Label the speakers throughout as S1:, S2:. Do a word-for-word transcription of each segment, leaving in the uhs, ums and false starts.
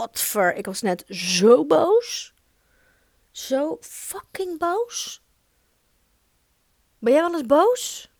S1: godver, ik was net zo boos. Zo fucking boos. Ben jij wel eens boos?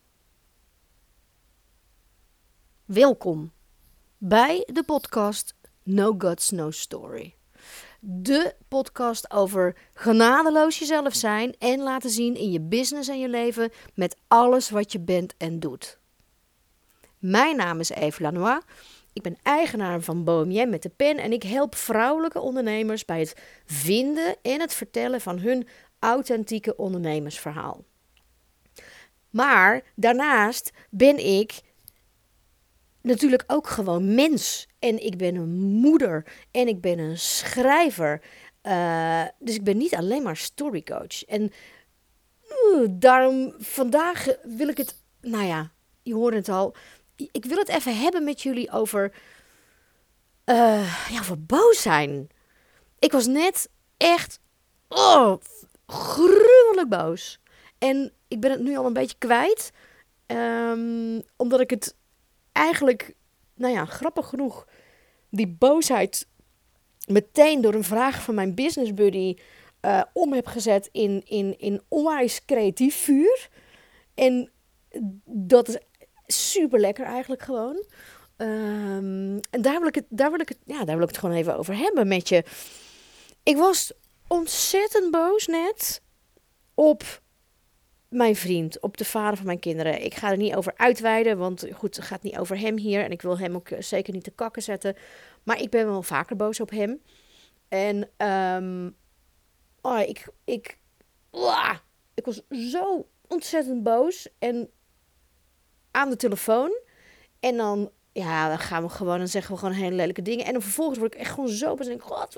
S1: Welkom bij de podcast No Guts, No Story. De podcast over genadeloos jezelf zijn en laten zien in je business en je leven met alles wat je bent en doet. Mijn naam is Eve Lanois. Ik ben eigenaar van Bohemien met de pen en ik help vrouwelijke ondernemers bij het vinden en het vertellen van hun authentieke ondernemersverhaal. Maar daarnaast ben ik natuurlijk ook gewoon mens. En ik ben een moeder en ik ben een schrijver. Uh, dus ik ben niet alleen maar storycoach. En uh, daarom vandaag wil ik het, nou ja, je hoort het al. Ik wil het even hebben met jullie over, uh, ja, over boos zijn. Ik was net echt, oh, gruwelijk boos. En ik ben het nu al een beetje kwijt. Um, omdat ik het eigenlijk, nou ja, grappig genoeg, die boosheid meteen door een vraag van mijn business buddy uh, om heb gezet in, in, in onwijs creatief vuur. En dat is super lekker eigenlijk gewoon. Um, en daar wil, ik het, daar, wil ik het, ja, daar wil ik het gewoon even over hebben met je. Ik was ontzettend boos net op mijn vriend, op de vader van mijn kinderen. Ik ga er niet over uitweiden, want goed, het gaat niet over hem hier. En ik wil hem ook zeker niet te kakken zetten. Maar ik ben wel vaker boos op hem. En um, oh, ik, ik, uh, ik was zo ontzettend boos. En aan de telefoon. En dan, ja, dan gaan we gewoon, dan zeggen we gewoon hele lelijke dingen. En dan vervolgens word ik echt gewoon zo boos. En ik, god.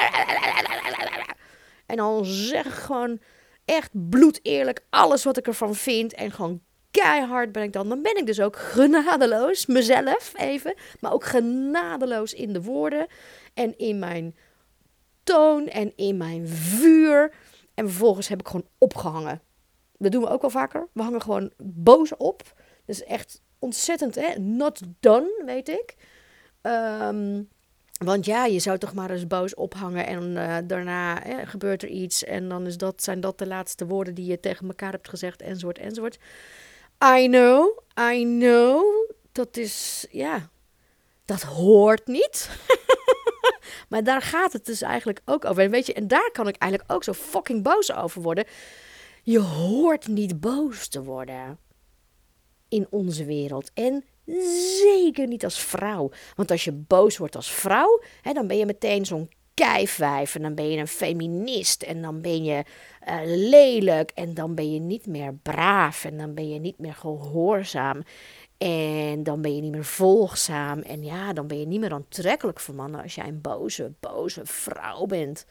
S1: En dan zeg ik gewoon echt bloedeerlijk alles wat ik ervan vind. En gewoon keihard ben ik dan. Dan ben ik dus ook genadeloos, mezelf even. Maar ook genadeloos in de woorden. En in mijn toon en in mijn vuur. En vervolgens heb ik gewoon opgehangen. Dat doen we ook wel vaker. We hangen gewoon boos op. Dus echt ontzettend, hè? Not done, weet ik. Um, want ja, je zou toch maar eens boos ophangen en uh, daarna hè, gebeurt er iets. En dan is dat, zijn dat de laatste woorden die je tegen elkaar hebt gezegd, enzovoort, enzovoort. I know, I know. Dat is, ja, dat hoort niet. Maar daar gaat het dus eigenlijk ook over. En weet je, en daar kan ik eigenlijk ook zo fucking boos over worden. Je hoort niet boos te worden in onze wereld. En zeker niet als vrouw. Want als je boos wordt als vrouw, hè, dan ben je meteen zo'n keifwijf. En dan ben je een feminist. En dan ben je uh, lelijk. En dan ben je niet meer braaf. En dan ben je niet meer gehoorzaam. En dan ben je niet meer volgzaam. En ja, dan ben je niet meer aantrekkelijk voor mannen als jij een boze, boze vrouw bent.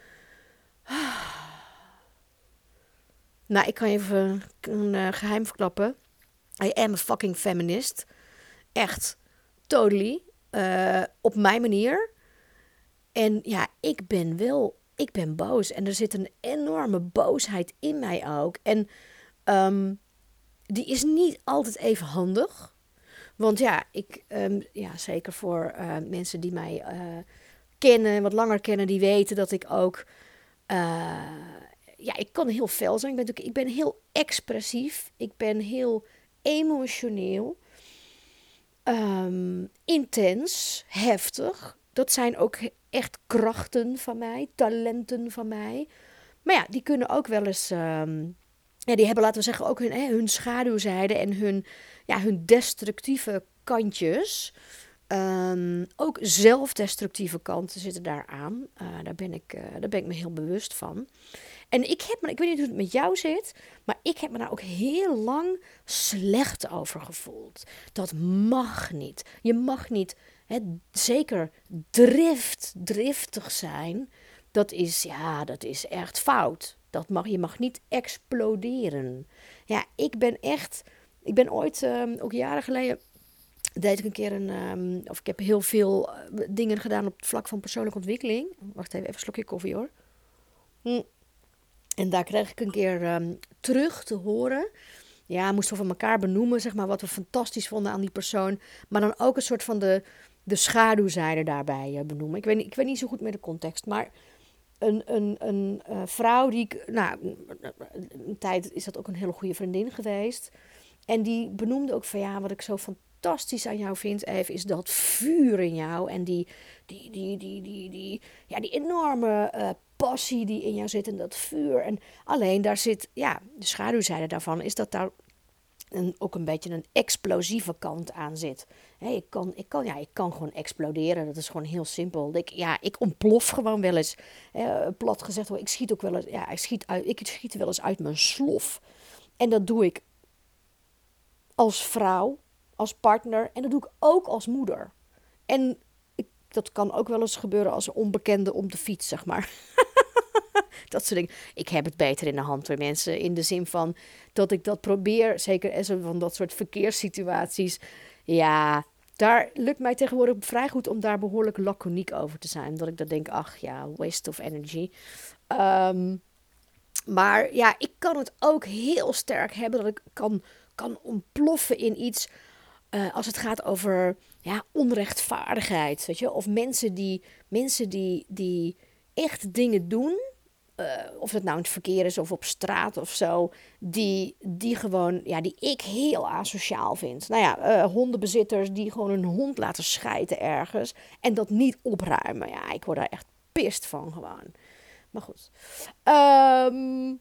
S1: Nou, ik kan je even een uh, geheim verklappen. I am a fucking feminist. Echt, totally. Uh, op mijn manier. En ja, ik ben wel, ik ben boos. En er zit een enorme boosheid in mij ook. En um, die is niet altijd even handig. Want ja, ik, um, ja zeker voor uh, mensen die mij uh, kennen, wat langer kennen, die weten dat ik ook, uh, ja, ik kan heel fel zijn. Ik ben, ik ben heel expressief. Ik ben heel emotioneel, um, intens, heftig. Dat zijn ook echt krachten van mij, talenten van mij. Maar ja, die kunnen ook wel eens, um, ja, die hebben, laten we zeggen, ook hun, hè, hun schaduwzijde en hun, ja, hun destructieve kantjes. Um, ook zelfdestructieve kanten zitten daar aan. Uh, daar, ben ik, uh, daar ben ik me heel bewust van. En ik heb me, ik weet niet hoe het met jou zit, maar ik heb me daar ook heel lang slecht over gevoeld. Dat mag niet. Je mag niet, hè, zeker drift, driftig zijn. Dat is, ja, dat is echt fout. Dat mag, je mag niet exploderen. Ja, ik ben echt, ik ben ooit, um, ook jaren geleden, deed ik een keer een, um, of ik heb heel veel uh, dingen gedaan op het vlak van persoonlijke ontwikkeling. Wacht even, even een slokje koffie hoor. Hm. En daar kreeg ik een keer um, terug te horen. Ja, moesten we van elkaar benoemen, zeg maar, wat we fantastisch vonden aan die persoon. Maar dan ook een soort van de, de schaduwzijde daarbij uh, benoemen. Ik weet, ik weet niet zo goed meer de context, maar een, een, een uh, vrouw die ik... Nou, een tijd is dat ook een hele goede vriendin geweest. En die benoemde ook van ja, wat ik zo fantastisch aan jou vind, Eve, is dat vuur in jou. En die, die, die, die, die, die, ja, die enorme uh, passie die in jou zit en dat vuur. En alleen daar zit, ja, de schaduwzijde daarvan is dat daar een, ook een beetje een explosieve kant aan zit. He, ik, kan, ik, kan, ja, ik kan gewoon exploderen, dat is gewoon heel simpel. Ik, ja, ik ontplof gewoon wel eens. He, plat gezegd, ik schiet ook wel eens, ja, ik schiet, uit, ik schiet wel eens uit mijn slof. En dat doe ik als vrouw, als partner en dat doe ik ook als moeder. En ik, dat kan ook wel eens gebeuren als onbekende op de fiets, zeg maar. Dat soort dingen. Ik heb het beter in de hand door mensen. In de zin van dat ik dat probeer. Zeker als er van dat soort verkeerssituaties. Ja, daar lukt mij tegenwoordig vrij goed om daar behoorlijk laconiek over te zijn. Dat ik dan denk, ach ja, waste of energy. Um, maar ja, ik kan het ook heel sterk hebben dat ik kan, kan ontploffen in iets. Uh, als het gaat over ja, onrechtvaardigheid. Weet je? Of mensen die, mensen die, die echt dingen doen. Uh, of het nou in het verkeer is of op straat of zo, die, die gewoon, ja, die ik heel asociaal vind. Nou ja, uh, hondenbezitters die gewoon een hond laten schijten ergens en dat niet opruimen. Ja, ik word daar echt pist van gewoon. Maar goed. Um,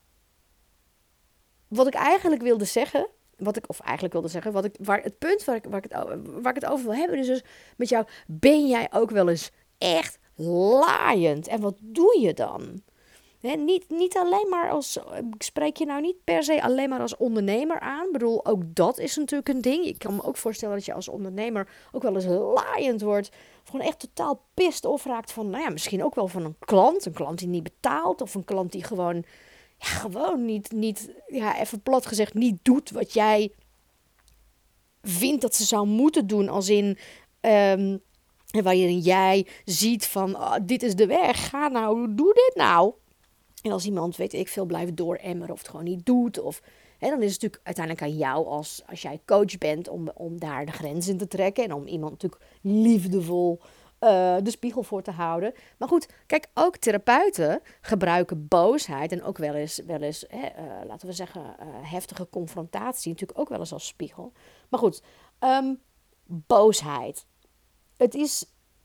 S1: wat ik eigenlijk wilde zeggen, wat ik, of eigenlijk wilde zeggen, wat ik, waar, het punt waar ik, waar, ik het, waar ik het over wil hebben, is dus met jou, ben jij ook wel eens echt laaiend? En wat doe je dan? He, niet, niet alleen maar als, ik spreek je nou niet per se alleen maar als ondernemer aan. Ik bedoel, ook dat is natuurlijk een ding. Ik kan me ook voorstellen dat je als ondernemer ook wel eens laaiend wordt. Of gewoon echt totaal pissed off raakt van, nou ja, misschien ook wel van een klant. Een klant die niet betaalt of een klant die gewoon, ja, gewoon niet, niet, ja, even plat gezegd, niet doet wat jij vindt dat ze zou moeten doen. Als in, um, waarin jij ziet van, oh, dit is de weg, ga nou, doe dit nou. En als iemand, weet ik veel, blijft dooremmeren of het gewoon niet doet. Of, hè, dan is het natuurlijk uiteindelijk aan jou als, als jij coach bent om, om daar de grens in te trekken. En om iemand natuurlijk liefdevol uh, de spiegel voor te houden. Maar goed, kijk, ook therapeuten gebruiken boosheid. En ook wel eens, wel eens hè, uh, laten we zeggen, uh, heftige confrontatie. Natuurlijk ook wel eens als spiegel. Maar goed, um, boosheid. Het is...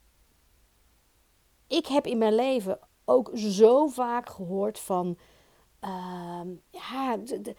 S1: Ik heb in mijn leven ook zo vaak gehoord van, uh, ja, de, de,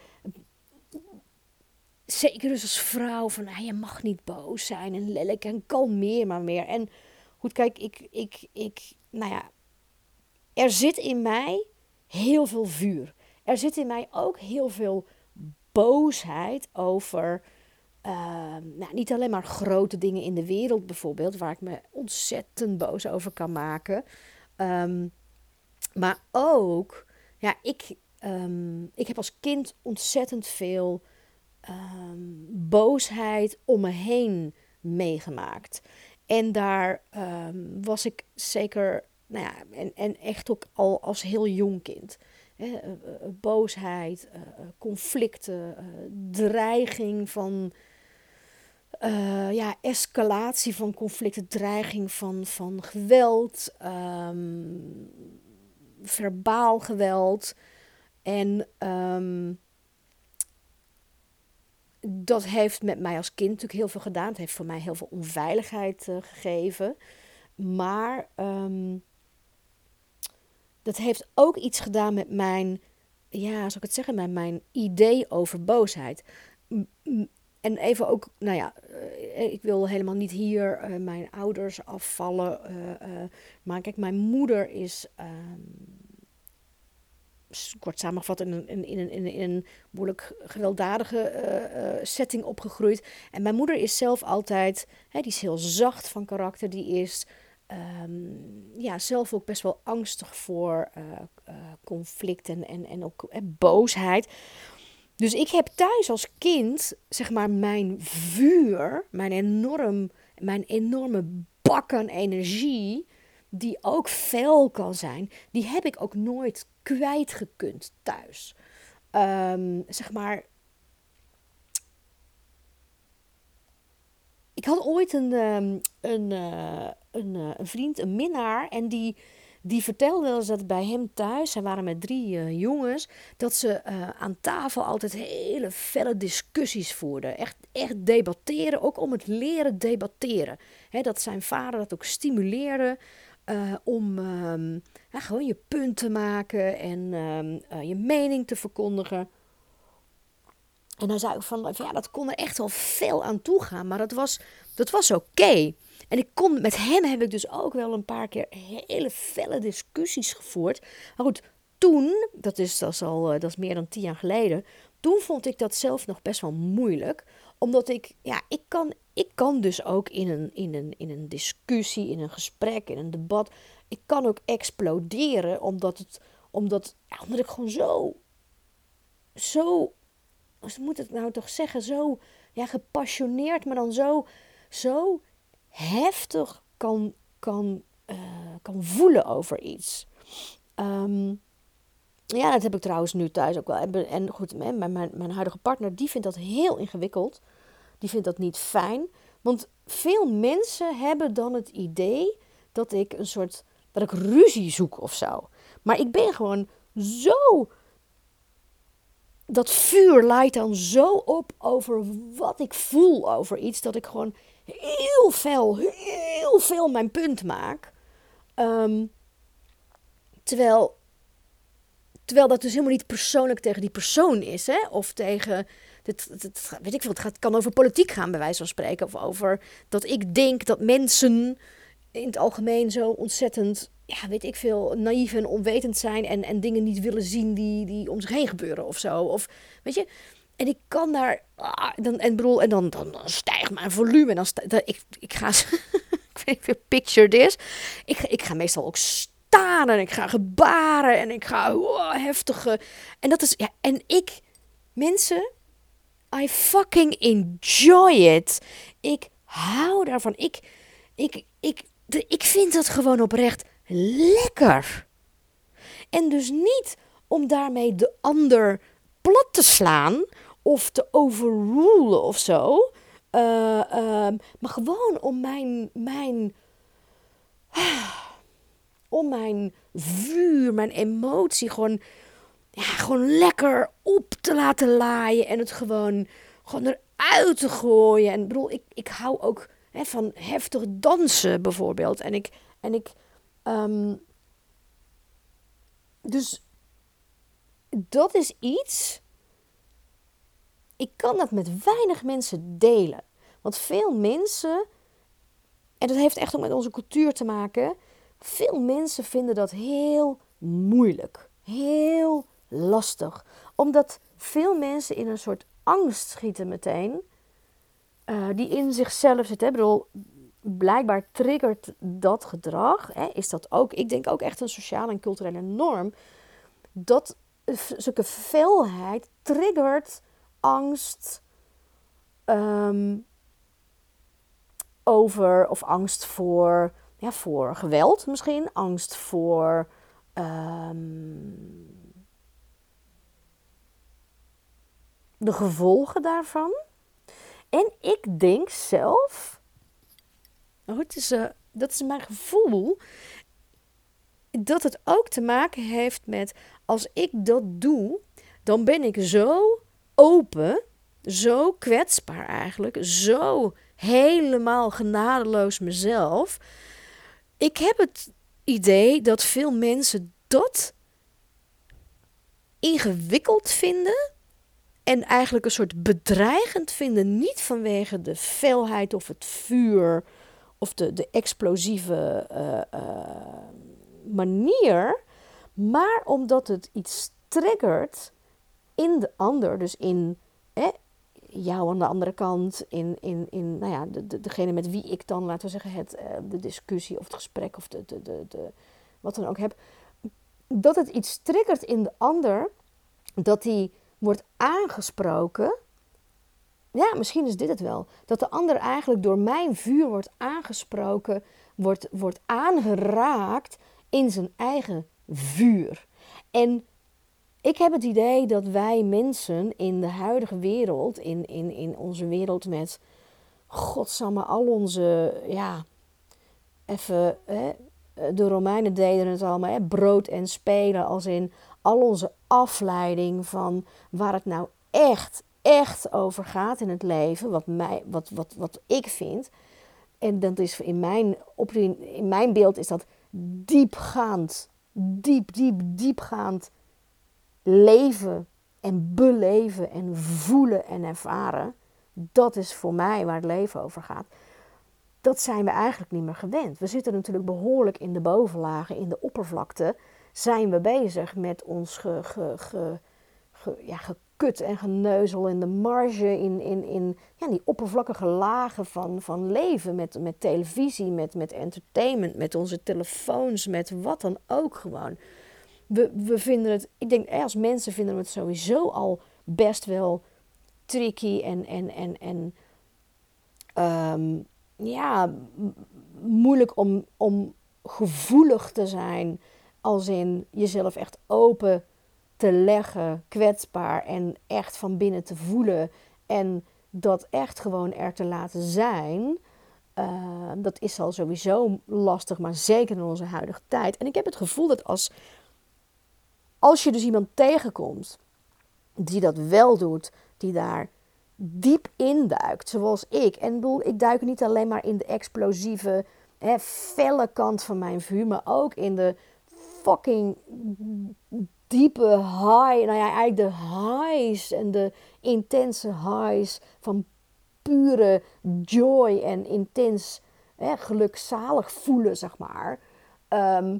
S1: zeker dus als vrouw, van ah, je mag niet boos zijn en lelijk en kalmeer maar meer. En goed, kijk, ik, ik, ik, nou ja, er zit in mij heel veel vuur. Er zit in mij ook heel veel boosheid over, uh, nou, niet alleen maar grote dingen in de wereld bijvoorbeeld, waar ik me ontzettend boos over kan maken. Um, Maar ook, ja, ik, um, ik heb als kind ontzettend veel um, boosheid om me heen meegemaakt. En daar um, was ik zeker, nou ja, en, en echt ook al als heel jong kind. Hè, uh, uh, boosheid, uh, conflicten, uh, dreiging van... Uh, ja, escalatie van conflicten, dreiging van, van geweld, um, verbaal geweld. En um, dat heeft met mij als kind natuurlijk heel veel gedaan. Het heeft voor mij heel veel onveiligheid uh, gegeven. Maar um, dat heeft ook iets gedaan met mijn, ja, zou ik het zeggen, met mijn idee over boosheid. M- m- En even ook, nou ja, uh, ik wil helemaal niet hier uh, mijn ouders afvallen. Uh, uh, maar kijk, mijn moeder is, uh, kort samengevat, in een, in, een, in, een, in een behoorlijk gewelddadige uh, uh, setting opgegroeid. En mijn moeder is zelf altijd, hè, die is heel zacht van karakter. Die is um, ja, zelf ook best wel angstig voor uh, uh, conflict en, en, en ook uh, boosheid. Dus ik heb thuis als kind, zeg maar, mijn vuur, mijn, enorm, mijn enorme bak aan energie, die ook fel kan zijn, die heb ik ook nooit kwijtgekund thuis. Um, zeg maar, ik had ooit een, um, een, uh, een, uh, een vriend, een minnaar. En die, die vertelde wel eens dat bij hem thuis, zij waren met drie uh, jongens, dat ze uh, aan tafel altijd hele felle discussies voerden. Echt, echt debatteren, ook om het leren debatteren. Hè, dat zijn vader dat ook stimuleerde. Uh, om um, ja, gewoon je punt te maken en um, uh, je mening te verkondigen. En dan zei ik van, ja, dat kon er echt wel veel aan toe gaan, maar dat was, dat was oké. Okay. En ik kon, met hem heb ik dus ook wel een paar keer hele felle discussies gevoerd. Maar goed, toen, dat is, dat is al dat is meer dan tien jaar geleden, toen vond ik dat zelf nog best wel moeilijk. Omdat ik, ja, ik kan, ik kan dus ook in een, in, een, in een discussie, in een gesprek, in een debat, ik kan ook exploderen, omdat, het, omdat, ja, omdat ik gewoon zo, zo... Hoe moet het nou toch zeggen, zo ja, gepassioneerd, maar dan zo, zo heftig kan, kan, uh, kan voelen over iets. Um, ja, dat heb ik trouwens nu thuis ook wel. En goed, mijn, mijn, mijn huidige partner, die vindt dat heel ingewikkeld. Die vindt dat niet fijn. Want veel mensen hebben dan het idee dat ik een soort, dat ik ruzie zoek of zo. Maar ik ben gewoon zo... Dat vuur leidt dan zo op over wat ik voel over iets, dat ik gewoon heel veel, heel veel mijn punt maak. Um, terwijl, terwijl dat dus helemaal niet persoonlijk tegen die persoon is, hè? Of tegen, dit, dit, weet ik veel, het gaat, kan over politiek gaan bij wijze van spreken. Of over dat ik denk dat mensen in het algemeen zo ontzettend, ja, weet ik veel, naïef en onwetend zijn en, en dingen niet willen zien die, die om zich heen gebeuren of zo. Of, weet je, en ik kan daar, ah, dan, en, bedoel, en dan, dan, dan stijgt mijn volume. En dan sta, dan, ik, ik ga, ik weet niet of picture this. Ik, ik ga meestal ook staan en ik ga gebaren en ik ga oh, heftige. En dat is, ja, en ik, mensen, I fucking enjoy it. Ik hou daarvan. Ik, ik, ik, de, ik vind dat gewoon oprecht lekker. En dus niet om daarmee de ander plat te slaan of te overrulen of zo. Uh, uh, maar gewoon om mijn, mijn, om mijn vuur, mijn emotie gewoon, ja, gewoon lekker op te laten laaien. En het gewoon, gewoon eruit te gooien. En ik bedoel, ik, ik hou ook hè, van heftig dansen bijvoorbeeld. En ik... En ik um, dus dat is iets... Ik kan dat met weinig mensen delen. Want veel mensen... En dat heeft echt ook met onze cultuur te maken. Veel mensen vinden dat heel moeilijk. Heel lastig. Omdat veel mensen in een soort angst schieten meteen. Uh, die in zichzelf zit. Hè? Ik bedoel, blijkbaar triggert dat gedrag. Hè? Is dat ook, ik denk ook echt een sociale en culturele norm. Dat zulke felheid triggert angst um, over, of angst voor, ja, voor geweld misschien. Angst voor um, de gevolgen daarvan. En ik denk zelf, oh, het is, uh, dat is mijn gevoel, dat het ook te maken heeft met, als ik dat doe, dan ben ik zo open, zo kwetsbaar eigenlijk, zo helemaal genadeloos mezelf. Ik heb het idee dat veel mensen dat ingewikkeld vinden en eigenlijk een soort bedreigend vinden, niet vanwege de felheid of het vuur of de, de explosieve uh, uh, manier, maar omdat het iets triggert in de ander, dus in eh, jou aan de andere kant, in, in, in nou ja, de, de, degene met wie ik dan, laten we zeggen, het, uh, de discussie of het gesprek of de, de, de, de, wat dan ook heb, dat het iets triggert in de ander, dat die wordt aangesproken. Ja, misschien is dit het wel. Dat de ander eigenlijk door mijn vuur wordt aangesproken, wordt, wordt aangeraakt in zijn eigen vuur. En ik heb het idee dat wij mensen in de huidige wereld, in, in, in onze wereld met godsamme, al onze, ja, even, hè, de Romeinen deden het allemaal, hè, brood en spelen, als in al onze afleiding van waar het nou echt, echt over gaat in het leven, wat, mij, wat, wat, wat ik vind. En dat is in mijn, in mijn beeld is dat diepgaand, diep, diep, diepgaand leven en beleven en voelen en ervaren. Dat is voor mij waar het leven over gaat. Dat zijn we eigenlijk niet meer gewend. We zitten natuurlijk behoorlijk in de bovenlagen, in de oppervlakte. Zijn we bezig met ons ge, ge, ge, ge, ja, gekut en geneuzel in de marge, in, in, in ja, die oppervlakkige lagen van, van leven. Met, met televisie, met, met entertainment, met onze telefoons, met wat dan ook gewoon. We, we vinden het, ik denk als mensen vinden we het sowieso al best wel tricky en, en, en, en um, ja, moeilijk om, om gevoelig te zijn, als in jezelf echt open te leggen, kwetsbaar en echt van binnen te voelen en dat echt gewoon er te laten zijn. Uh, dat is al sowieso lastig, maar zeker in onze huidige tijd. En ik heb het gevoel dat als, als je dus iemand tegenkomt die dat wel doet, die daar diep induikt, zoals ik. En bedoel, ik duik niet alleen maar in de explosieve, hè, felle kant van mijn vuur, maar ook in de fucking diepe high, nou ja, eigenlijk de highs en de intense highs van pure joy en intens, hè, gelukzalig voelen, zeg maar. Um,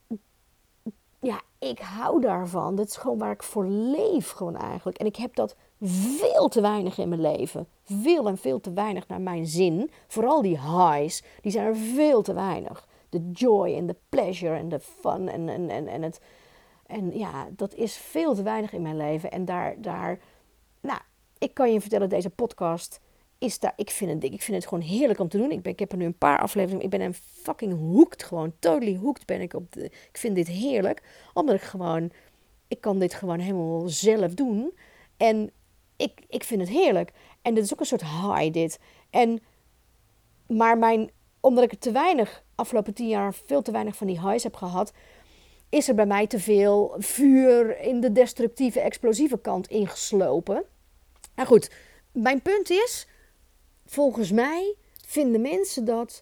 S1: ja, ik hou daarvan. Dat is gewoon waar ik voor leef, gewoon eigenlijk. En ik heb dat veel te weinig in mijn leven. Veel en veel te weinig naar mijn zin. Vooral die highs, die zijn er veel te weinig. De joy en de pleasure en de fun en, en, en, en het... En ja, dat is veel te weinig in mijn leven. En daar, daar... Nou, ik kan je vertellen, deze podcast is daar... Ik vind het, ik vind het gewoon heerlijk om te doen. Ik, ben, ik heb er nu een paar afleveringen... Ik ben een fucking hooked gewoon. Totally hooked ben ik op de... Ik vind dit heerlijk. Omdat ik gewoon... Ik kan dit gewoon helemaal zelf doen. En ik, ik vind het heerlijk. En dit is ook een soort high, dit. En... Maar mijn... Omdat ik er te weinig... Afgelopen tien jaar veel te weinig van die highs heb gehad... Is er bij mij te veel vuur in de destructieve, explosieve kant ingeslopen. Nou goed, mijn punt is, volgens mij vinden mensen dat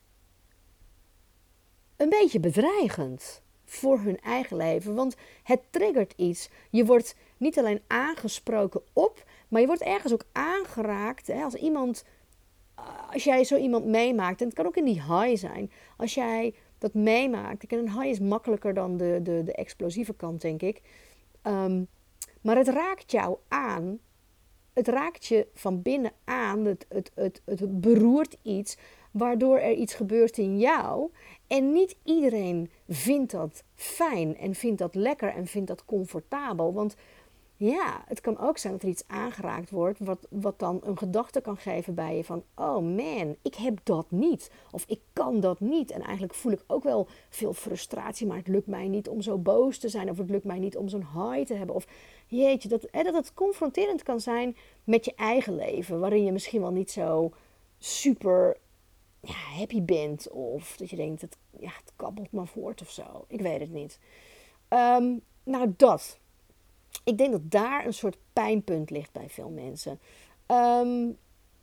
S1: een beetje bedreigend voor hun eigen leven. Want het triggert iets. Je wordt niet alleen aangesproken op, maar je wordt ergens ook aangeraakt. Hè, als iemand, als jij zo iemand meemaakt, en het kan ook in die high zijn, als jij dat meemaakt. En een high is makkelijker dan de, de, de explosieve kant, denk ik. Um, maar het raakt jou aan. Het raakt je van binnen aan. Het, het, het, het beroert iets, waardoor er iets gebeurt in jou. En niet iedereen vindt dat fijn en vindt dat lekker en vindt dat comfortabel. Want ja, het kan ook zijn dat er iets aangeraakt wordt wat, wat dan een gedachte kan geven bij je van, oh man, ik heb dat niet. Of ik kan dat niet. En eigenlijk voel ik ook wel veel frustratie, maar het lukt mij niet om zo boos te zijn. Of het lukt mij niet om zo'n high te hebben. Of jeetje, dat, hè, dat het confronterend kan zijn met je eigen leven. Waarin je misschien wel niet zo super ja, happy bent. Of dat je denkt, het, ja, het kabbelt maar voort of zo. Ik weet het niet. Um, nou, dat... Ik denk dat daar een soort pijnpunt ligt bij veel mensen. Um,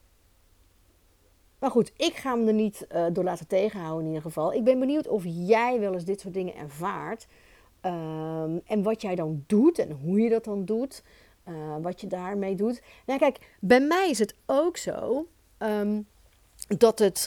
S1: maar goed, ik ga me er niet uh, door laten tegenhouden in ieder geval. Ik ben benieuwd of jij wel eens dit soort dingen ervaart. Um, en wat jij dan doet en hoe je dat dan doet. Uh, wat je daarmee doet. Nou kijk, bij mij is het ook zo um, dat het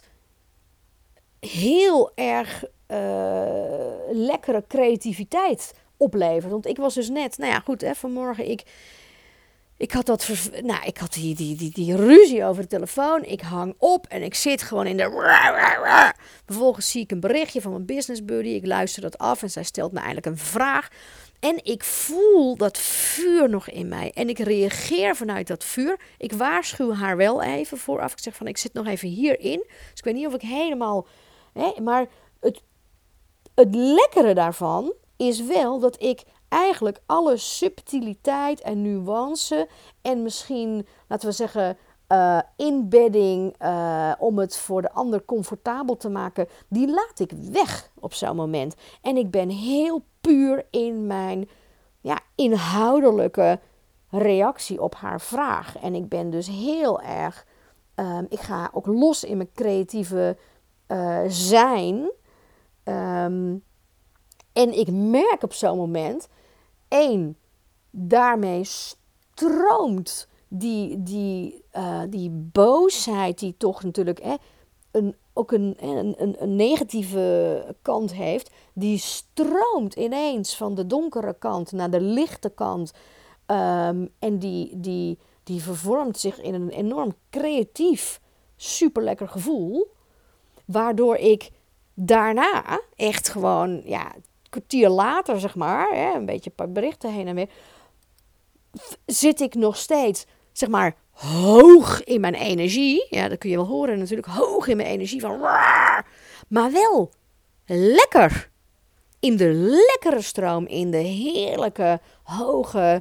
S1: heel erg uh, lekkere creativiteit oplevert. Want ik was dus net, nou ja goed, hè, vanmorgen, ik, ik had dat, nou, ik had die, die, die, die ruzie over de telefoon. Ik hang op en ik zit gewoon in de... Vervolgens zie ik een berichtje van mijn business buddy. Ik luister dat af en zij stelt me eigenlijk een vraag. En ik voel dat vuur nog in mij. En ik reageer vanuit dat vuur. Ik waarschuw haar wel even vooraf. Ik zeg van, ik zit nog even hierin. Dus ik weet niet of ik helemaal... Hè, maar het, het lekkere daarvan is wel dat ik eigenlijk alle subtiliteit en nuance en misschien, laten we zeggen, uh, inbedding, uh, om het voor de ander comfortabel te maken, die laat ik weg op zo'n moment. En ik ben heel puur in mijn ja, inhoudelijke reactie op haar vraag. En ik ben dus heel erg, um, ik ga ook los in mijn creatieve uh, zijn. Um, en ik merk op zo'n moment, één, daarmee stroomt die, die, uh, die boosheid die toch natuurlijk eh, een, ook een, een, een, een negatieve kant heeft, die stroomt ineens van de donkere kant naar de lichte kant. Um, en die, die, die vervormt zich in een enorm creatief, super lekker gevoel. Waardoor ik daarna echt gewoon, ja, een kwartier later zeg maar, hè, een beetje een paar berichten heen en weer, zit ik nog steeds, zeg maar, hoog in mijn energie. Ja, dat kun je wel horen natuurlijk, hoog in mijn energie van, maar wel lekker. In de lekkere stroom, in de heerlijke, hoge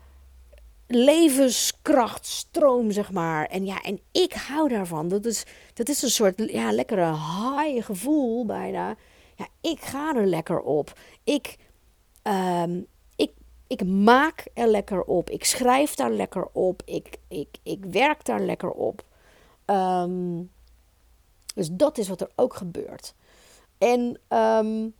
S1: levenskrachtstroom, zeg maar. En ja, en ik hou daarvan. Dat is, dat is een soort, ja, lekkere high gevoel bijna. Ja, ik ga er lekker op. Ik, um, ik, ik maak er lekker op. Ik schrijf daar lekker op. Ik, ik, ik werk daar lekker op. Um, dus dat is wat er ook gebeurt. En um,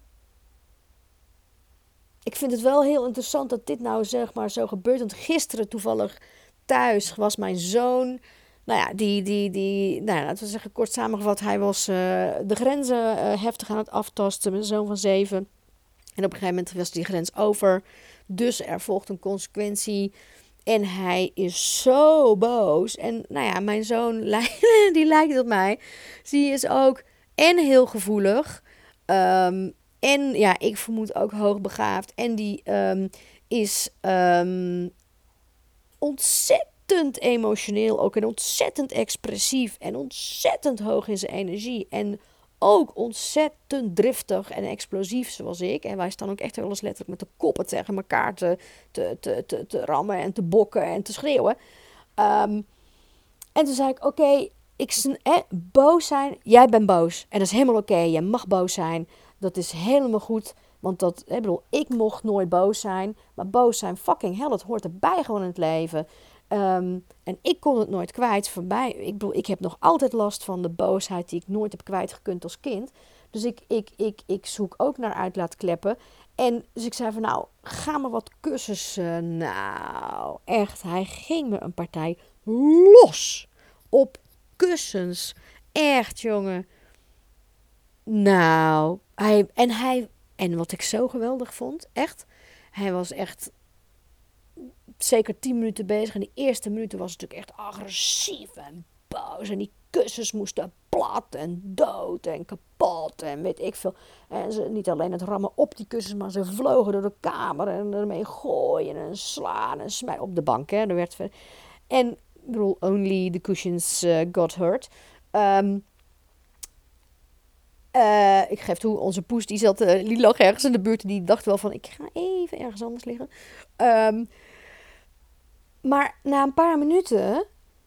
S1: ik vind het wel heel interessant dat dit nou zeg maar zo gebeurt. Want gisteren toevallig thuis was mijn zoon. Nou ja, die, die, die nou ja, laten we zeggen kort samengevat. Hij was uh, de grenzen uh, heftig aan het aftasten met een zoon van zeven. En op een gegeven moment was die grens over. Dus er volgt een consequentie. En hij is zo boos. En nou ja, mijn zoon die lijkt op mij. Die is ook en heel gevoelig. Um, En ja, ik vermoed ook hoogbegaafd. En die um, is um, ontzettend emotioneel ook. En ontzettend expressief. En ontzettend hoog in zijn energie. En ook ontzettend driftig en explosief zoals ik. En wij staan ook echt wel eens letterlijk met de koppen tegen elkaar te, te, te, te, te rammen en te bokken en te schreeuwen. Um, en toen zei ik, oké, okay, ik eh, boos zijn. Jij bent boos. En dat is helemaal oké. Okay. Je mag boos zijn. Dat is helemaal goed, want dat, ik bedoel, ik mocht nooit boos zijn. Maar boos zijn, fucking hell, het hoort erbij gewoon in het leven. Um, en ik kon het nooit kwijt. Voorbij, ik bedoel, ik heb nog altijd last van de boosheid die ik nooit heb kwijtgekund als kind. Dus ik, ik, ik, ik zoek ook naar uitlaatkleppen. En dus ik zei van, nou, ga maar wat kussens. Uh, nou, echt, hij ging me een partij los op kussens. Echt, jongen. Nou, hij, en hij, en wat ik zo geweldig vond, echt, hij was echt zeker tien minuten bezig. En die eerste minuten was het natuurlijk echt agressief en boos. En die kussens moesten plat en dood en kapot en weet ik veel. En ze niet alleen het rammen op die kussens, maar ze vlogen door de kamer en ermee gooien en slaan en smijten op de bank. Hè. Er werd ver... En ik bedoel, only the cushions uh, got hurt. Um, Uh, ik geef toe, onze poes die zat, uh, die lag ergens in de buurt. Die dacht wel van, ik ga even ergens anders liggen. Um, maar na een paar minuten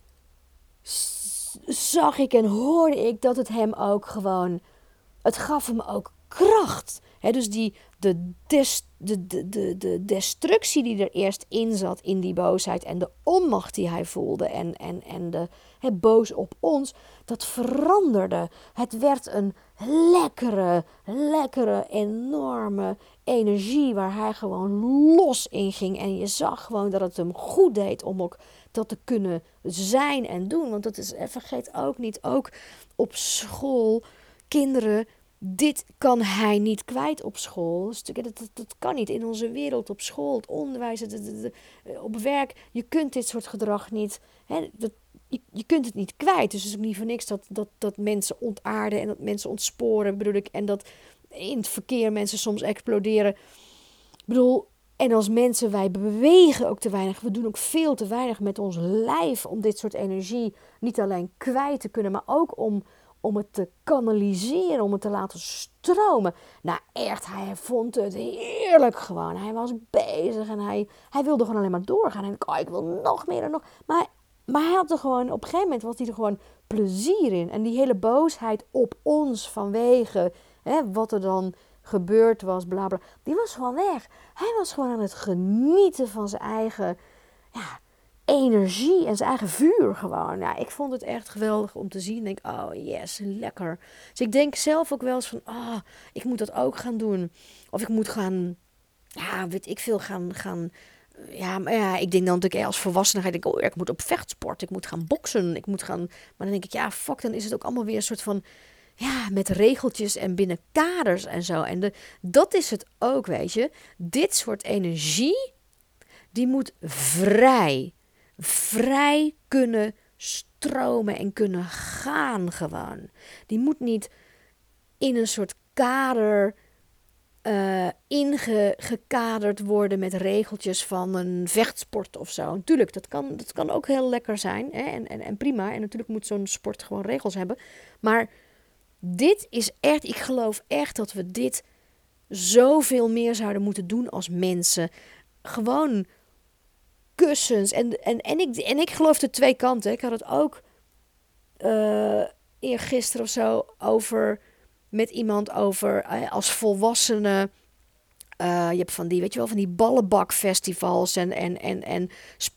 S1: s- zag ik en hoorde ik dat het hem ook gewoon... Het gaf hem ook kracht. He, dus die, de, des, de, de, de, de destructie die er eerst in zat in die boosheid en de onmacht die hij voelde en, en, en de he, boos op ons, dat veranderde. Het werd een lekkere, lekkere, enorme energie waar hij gewoon los in ging. En je zag gewoon dat het hem goed deed om ook dat te kunnen zijn en doen. Want dat is, vergeet ook niet, ook op school, kinderen... Dit kan hij niet kwijt op school. Dat, dat, dat kan niet in onze wereld, op school, het onderwijs, het, het, het, op werk. Je kunt dit soort gedrag niet, hè, dat, je, je kunt het niet kwijt. Dus het is ook niet voor niks dat, dat, dat mensen ontaarden en dat mensen ontsporen, bedoel ik. En dat in het verkeer mensen soms exploderen. Ik bedoel, en als mensen, wij bewegen ook te weinig. We doen ook veel te weinig met ons lijf om dit soort energie niet alleen kwijt te kunnen, maar ook om... om het te kanaliseren, om het te laten stromen. Nou echt, hij vond het heerlijk gewoon. Hij was bezig en hij, hij wilde gewoon alleen maar doorgaan. En ik, oh, ik wil nog meer en nog. Maar Maar hij had er gewoon, op een gegeven moment was hij er gewoon plezier in. En die hele boosheid op ons vanwege hè, wat er dan gebeurd was, bla bla, die was gewoon weg. Hij was gewoon aan het genieten van zijn eigen ja, energie en zijn eigen vuur gewoon. Ja, ik vond het echt geweldig om te zien. Ik denk, oh yes, lekker. Dus ik denk zelf ook wel eens van, oh, ik moet dat ook gaan doen. Of ik moet gaan, ja, weet ik veel, gaan, gaan ja, maar ja, ik denk dan natuurlijk als volwassene ga ik denken, oh, ik moet op vechtsport, ik moet gaan boksen, ik moet gaan. Maar dan denk ik, ja, fuck, dan is het ook allemaal weer een soort van, ja, met regeltjes en binnen kaders en zo. En de, dat is het ook, weet je. Dit soort energie, die moet vrij, vrij kunnen stromen en kunnen gaan gewoon. Die moet niet in een soort kader uh, ingekaderd worden met regeltjes van een vechtsport of zo. Natuurlijk, dat kan, dat kan ook heel lekker zijn hè? En, en, en prima. En natuurlijk moet zo'n sport gewoon regels hebben. Maar dit is echt, ik geloof echt dat we dit zoveel meer zouden moeten doen als mensen. Gewoon kussens. En, en, en, ik, en ik geloof de twee kanten. Ik had het ook uh, eergisteren of zo over met iemand over uh, als volwassene. Uh, je hebt van die, weet je wel, van die ballenbakfestivals en, en, en, en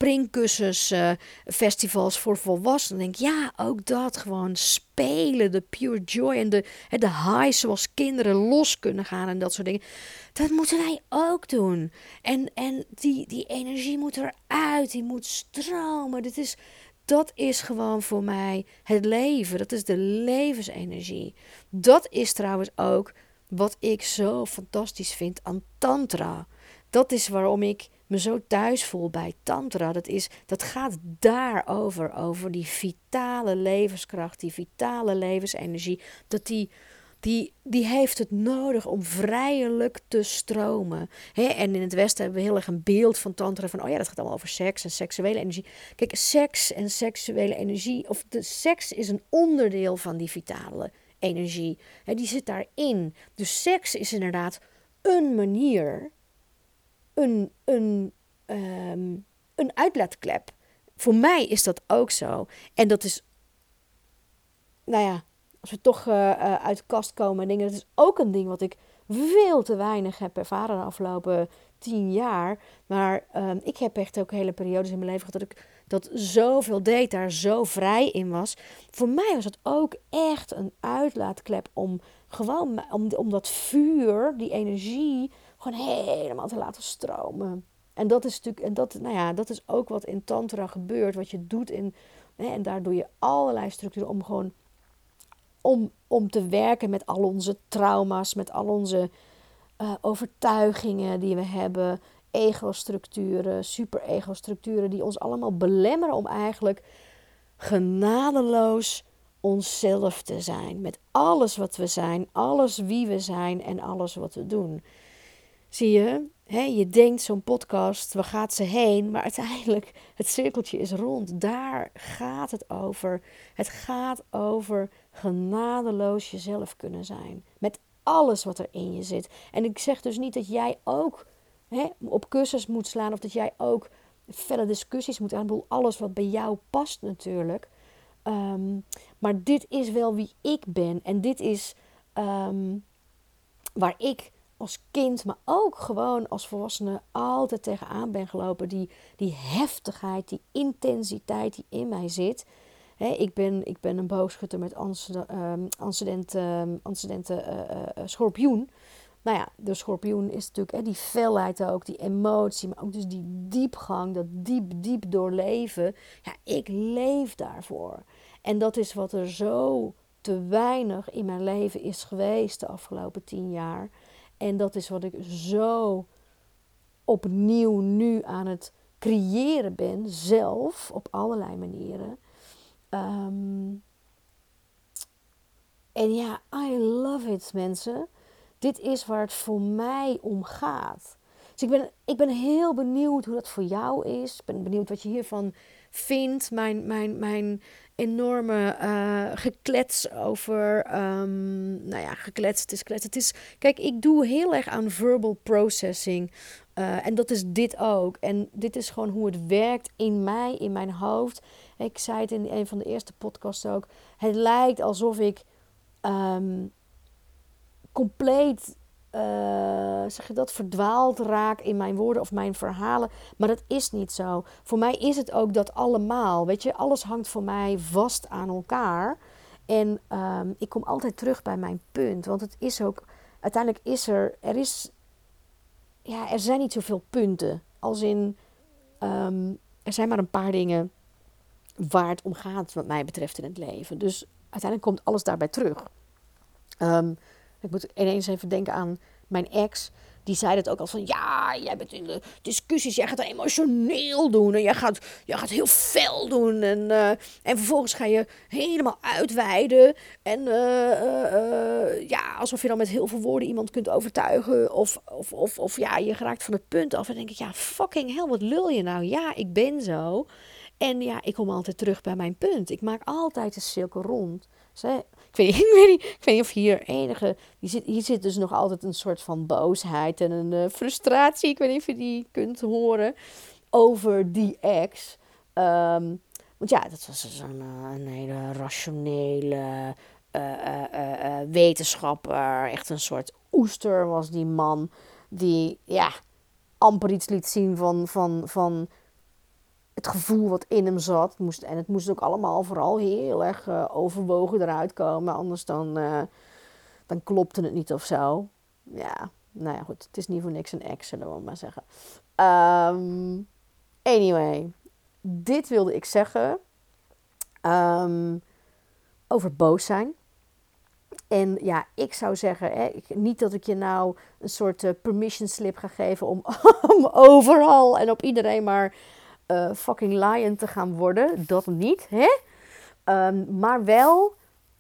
S1: springkussensfestivals uh, voor volwassenen. Dan denk ik, ja, ook dat gewoon spelen, de pure joy en de, de highs zoals kinderen los kunnen gaan en dat soort dingen. Dat moeten wij ook doen. En, en die, die energie moet eruit, die moet stromen. Dit is, dat is gewoon voor mij het leven. Dat is de levensenergie. Dat is trouwens ook wat ik zo fantastisch vind aan tantra. Dat is waarom ik me zo thuis voel bij tantra. Dat, is, dat gaat daarover, over die vitale levenskracht, die vitale levensenergie. Dat die, die, die heeft het nodig om vrijelijk te stromen. He, en in het Westen hebben we heel erg een beeld van tantra. Van, oh ja, dat gaat allemaal over seks en seksuele energie. Kijk, seks en seksuele energie, of de seks is een onderdeel van die vitale energie. He, die zit daarin. Dus seks is inderdaad een manier, een, een, um, een uitlaatklep. Voor mij is dat ook zo. En dat is, nou ja, als we toch uh, uh, uit de kast komen en dingen, dat is ook een ding wat ik veel te weinig heb ervaren de afgelopen tien jaar. Maar um, ik heb echt ook hele periodes in mijn leven gehad dat ik dat zoveel deed, daar zo vrij in was. Voor mij was het ook echt een uitlaatklep om gewoon, om, om dat vuur, die energie, gewoon helemaal te laten stromen. En dat is natuurlijk, en dat, nou ja, dat is ook wat in tantra gebeurt, wat je doet in, hè, en daar doe je allerlei structuren om gewoon, om, om te werken met al onze trauma's, met al onze uh, overtuigingen die we hebben, ego-structuren, super-ego-structuren die ons allemaal belemmeren om eigenlijk genadeloos onszelf te zijn. Met alles wat we zijn, alles wie we zijn en alles wat we doen. Zie je, hè, je denkt zo'n podcast, waar gaat ze heen? Maar uiteindelijk, het cirkeltje is rond. Daar gaat het over. Het gaat over genadeloos jezelf kunnen zijn. Met alles wat er in je zit. En ik zeg dus niet dat jij ook hè, op kussens moet slaan of dat jij ook felle discussies moet aan. Ik bedoel, alles wat bij jou past natuurlijk. Um, maar dit is wel wie ik ben. En dit is um, waar ik als kind, maar ook gewoon als volwassene altijd tegenaan ben gelopen. Die, die heftigheid, die intensiteit die in mij zit. He, ik, ben, ik ben een boogschutter met ascendent um, uh, uh, schorpioen. Nou ja, de schorpioen is natuurlijk he, die felheid ook, die emotie, maar ook dus die diepgang, dat diep, diep doorleven. Ja, ik leef daarvoor. En dat is wat er zo te weinig in mijn leven is geweest de afgelopen tien jaar. En dat is wat ik zo opnieuw nu aan het creëren ben, zelf, op allerlei manieren. Um, en ja, I love it, mensen. Dit is waar het voor mij om gaat. Dus ik ben, ik ben heel benieuwd hoe dat voor jou is. Ik ben benieuwd wat je hiervan vindt. Mijn, mijn, mijn enorme uh, geklets over... Um, nou ja, geklets, het is klets. Het is, kijk, ik doe heel erg aan verbal processing. Uh, en dat is dit ook. En dit is gewoon hoe het werkt in mij, in mijn hoofd. Ik zei het in een van de eerste podcasts ook. Het lijkt alsof ik um, compleet, uh, zeg je dat, verdwaald raak in mijn woorden of mijn verhalen. Maar dat is niet zo. Voor mij is het ook dat allemaal. Weet je, alles hangt voor mij vast aan elkaar. En um, ik kom altijd terug bij mijn punt. Want het is ook, uiteindelijk is er, er is... Ja, er zijn niet zoveel punten. Als in, um, er zijn maar een paar dingen waar het om gaat, wat mij betreft, in het leven. Dus uiteindelijk komt alles daarbij terug. Um, ik moet ineens even denken aan mijn ex. Die zei dat ook al van, ja, jij bent in de discussies, jij gaat emotioneel doen. En jij gaat, jij gaat heel fel doen. En, uh, en vervolgens ga je helemaal uitweiden. En uh, uh, uh, ja, alsof je dan met heel veel woorden iemand kunt overtuigen. Of, of, of, of ja, je geraakt van het punt af. En dan denk ik, ja, fucking hell, wat lul je nou? Ja, ik ben zo. En ja, ik kom altijd terug bij mijn punt. Ik maak altijd een cirkel rond. Zij, ik, weet niet, ik, weet niet, ik weet niet of hier enige... Hier zit, hier zit dus nog altijd een soort van boosheid en een uh, frustratie. Ik weet niet of je die kunt horen over die ex. Um, want ja, dat was dus een, een hele rationele uh, uh, uh, uh, wetenschapper. Echt een soort oester was die man. Die ja, amper iets liet zien van... van, van het gevoel wat in hem zat. Het moest, en het moest ook allemaal vooral heel erg uh, overwogen eruit komen. Anders dan, uh, dan klopte het niet of zo. Ja, nou ja, goed. Het is niet voor niks een ex, zullen we maar zeggen. Um, anyway. Dit wilde ik zeggen. Um, over boos zijn. En ja, ik zou zeggen, hè, ik, niet dat ik je nou een soort uh, permission slip ga geven om, om overal en op iedereen maar... Uh, fucking lion te gaan worden. Dat niet, hè? Um, maar wel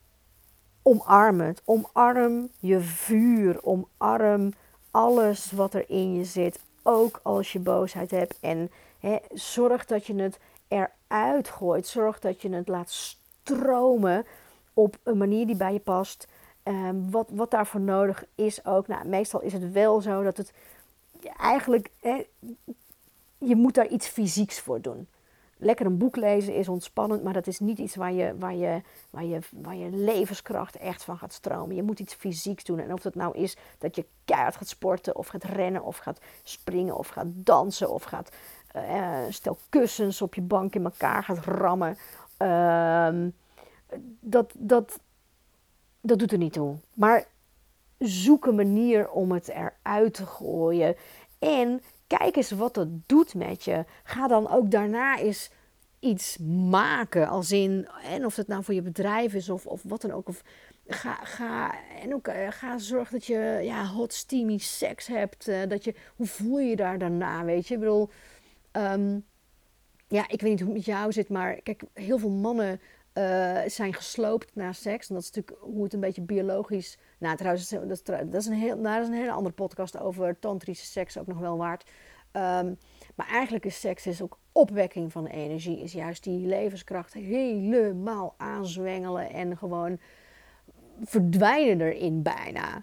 S1: omarm het. Omarm je vuur. Omarm alles wat er in je zit. Ook als je boosheid hebt. En hè, zorg dat je het eruit gooit. Zorg dat je het laat stromen op een manier die bij je past. Um, wat, wat daarvoor nodig is ook. Nou, meestal is het wel zo dat het eigenlijk... Hè, je moet daar iets fysieks voor doen. Lekker een boek lezen is ontspannend, maar dat is niet iets waar je, waar je, waar je, waar je levenskracht echt van gaat stromen. Je moet iets fysieks doen. En of dat nou is dat je keihard gaat sporten, of gaat rennen, of gaat springen, of gaat dansen, of gaat uh, stel kussens op je bank in elkaar gaat rammen. Uh, dat, dat, dat doet er niet toe. Maar zoek een manier om het eruit te gooien. En kijk eens wat dat doet met je. Ga dan ook daarna eens iets maken. Als in, en of het nou voor je bedrijf is of, of wat dan ook. Of ga, ga, en ook, uh, ga zorgen dat je ja, hot, steamy seks hebt. Uh, dat je, hoe voel je je daar daarna, weet je? Ik bedoel, um, ja, ik weet niet hoe het met jou zit, maar kijk, heel veel mannen uh, zijn gesloopt na seks. En dat is natuurlijk hoe het een beetje biologisch... Nou, trouwens, dat is, dat is, een, heel, nou, dat is een hele andere podcast over tantrische seks ook nog wel waard. Um, maar eigenlijk is seks is ook opwekking van energie. Is juist die levenskracht helemaal aanzwengelen en gewoon verdwijnen erin bijna.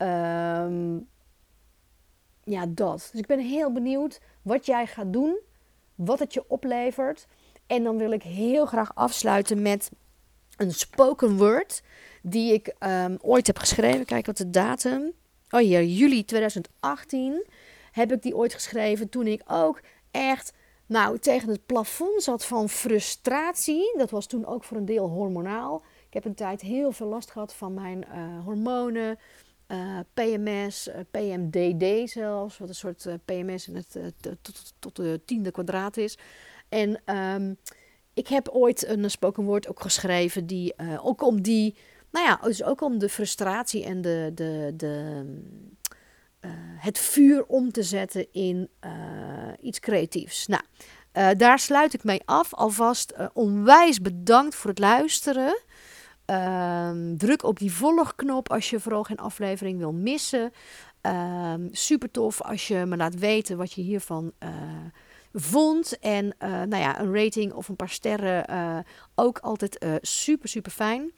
S1: Um, ja, dat. Dus ik ben heel benieuwd wat jij gaat doen. Wat het je oplevert. En dan wil ik heel graag afsluiten met een spoken word die ik um, ooit heb geschreven. Kijk wat de datum. Oh ja, juli tweeduizend achttien heb ik die ooit geschreven toen ik ook echt nou, tegen het plafond zat van frustratie. Dat was toen ook voor een deel hormonaal. Ik heb een tijd heel veel last gehad van mijn uh, hormonen. Uh, P M S, uh, P M D D zelfs. Wat een soort uh, P M S in het, uh, tot, tot, tot de tiende kwadraat is. En um, ik heb ooit een spoken word ook geschreven die uh, ook om die, nou ja, dus ook om de frustratie en de, de, de, uh, het vuur om te zetten in uh, iets creatiefs. Nou, uh, daar sluit ik mee af. Alvast uh, onwijs bedankt voor het luisteren. Uh, druk op die volgknop als je vooral geen aflevering wil missen. Uh, super tof als je me laat weten wat je hiervan uh, vond. En uh, nou ja, een rating of een paar sterren uh, ook altijd uh, super super fijn.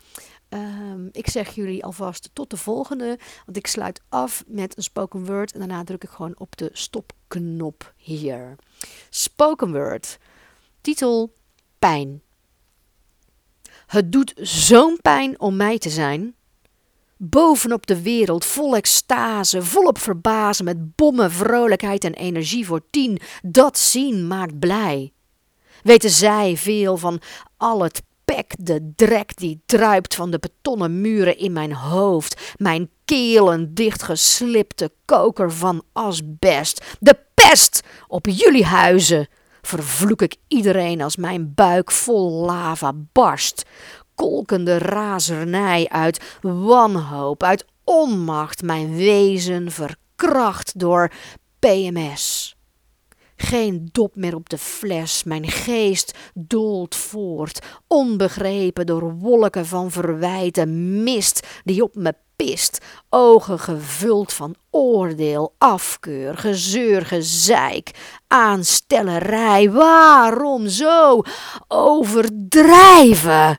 S1: Um, ik zeg jullie alvast tot de volgende. Want ik sluit af met een spoken word. En daarna druk ik gewoon op de stopknop hier. Spoken word. Titel: pijn. Het doet zo'n pijn om mij te zijn. Bovenop de wereld, vol extase, volop verbazen, met bommen, vrolijkheid en energie voor tien. Dat zien maakt blij. Weten zij veel van al het pek, de drek die druipt van de betonnen muren in mijn hoofd. Mijn keel een dichtgeslipte koker van asbest. De pest op jullie huizen. Vervloek ik iedereen als mijn buik vol lava barst. Kolkende razernij uit wanhoop, uit onmacht, mijn wezen verkracht door P M S. Geen dop meer op de fles, mijn geest dolt voort, onbegrepen door wolken van verwijten, mist die op me pist, ogen gevuld van oordeel, afkeur, gezeur, gezeik, aanstellerij. Waarom zo overdrijven?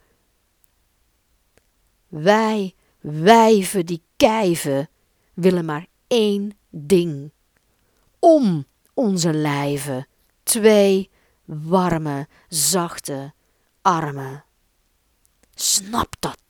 S1: Wij, wijven die kijven, willen maar één ding. Om onze lijven, twee warme, zachte armen. Snap dat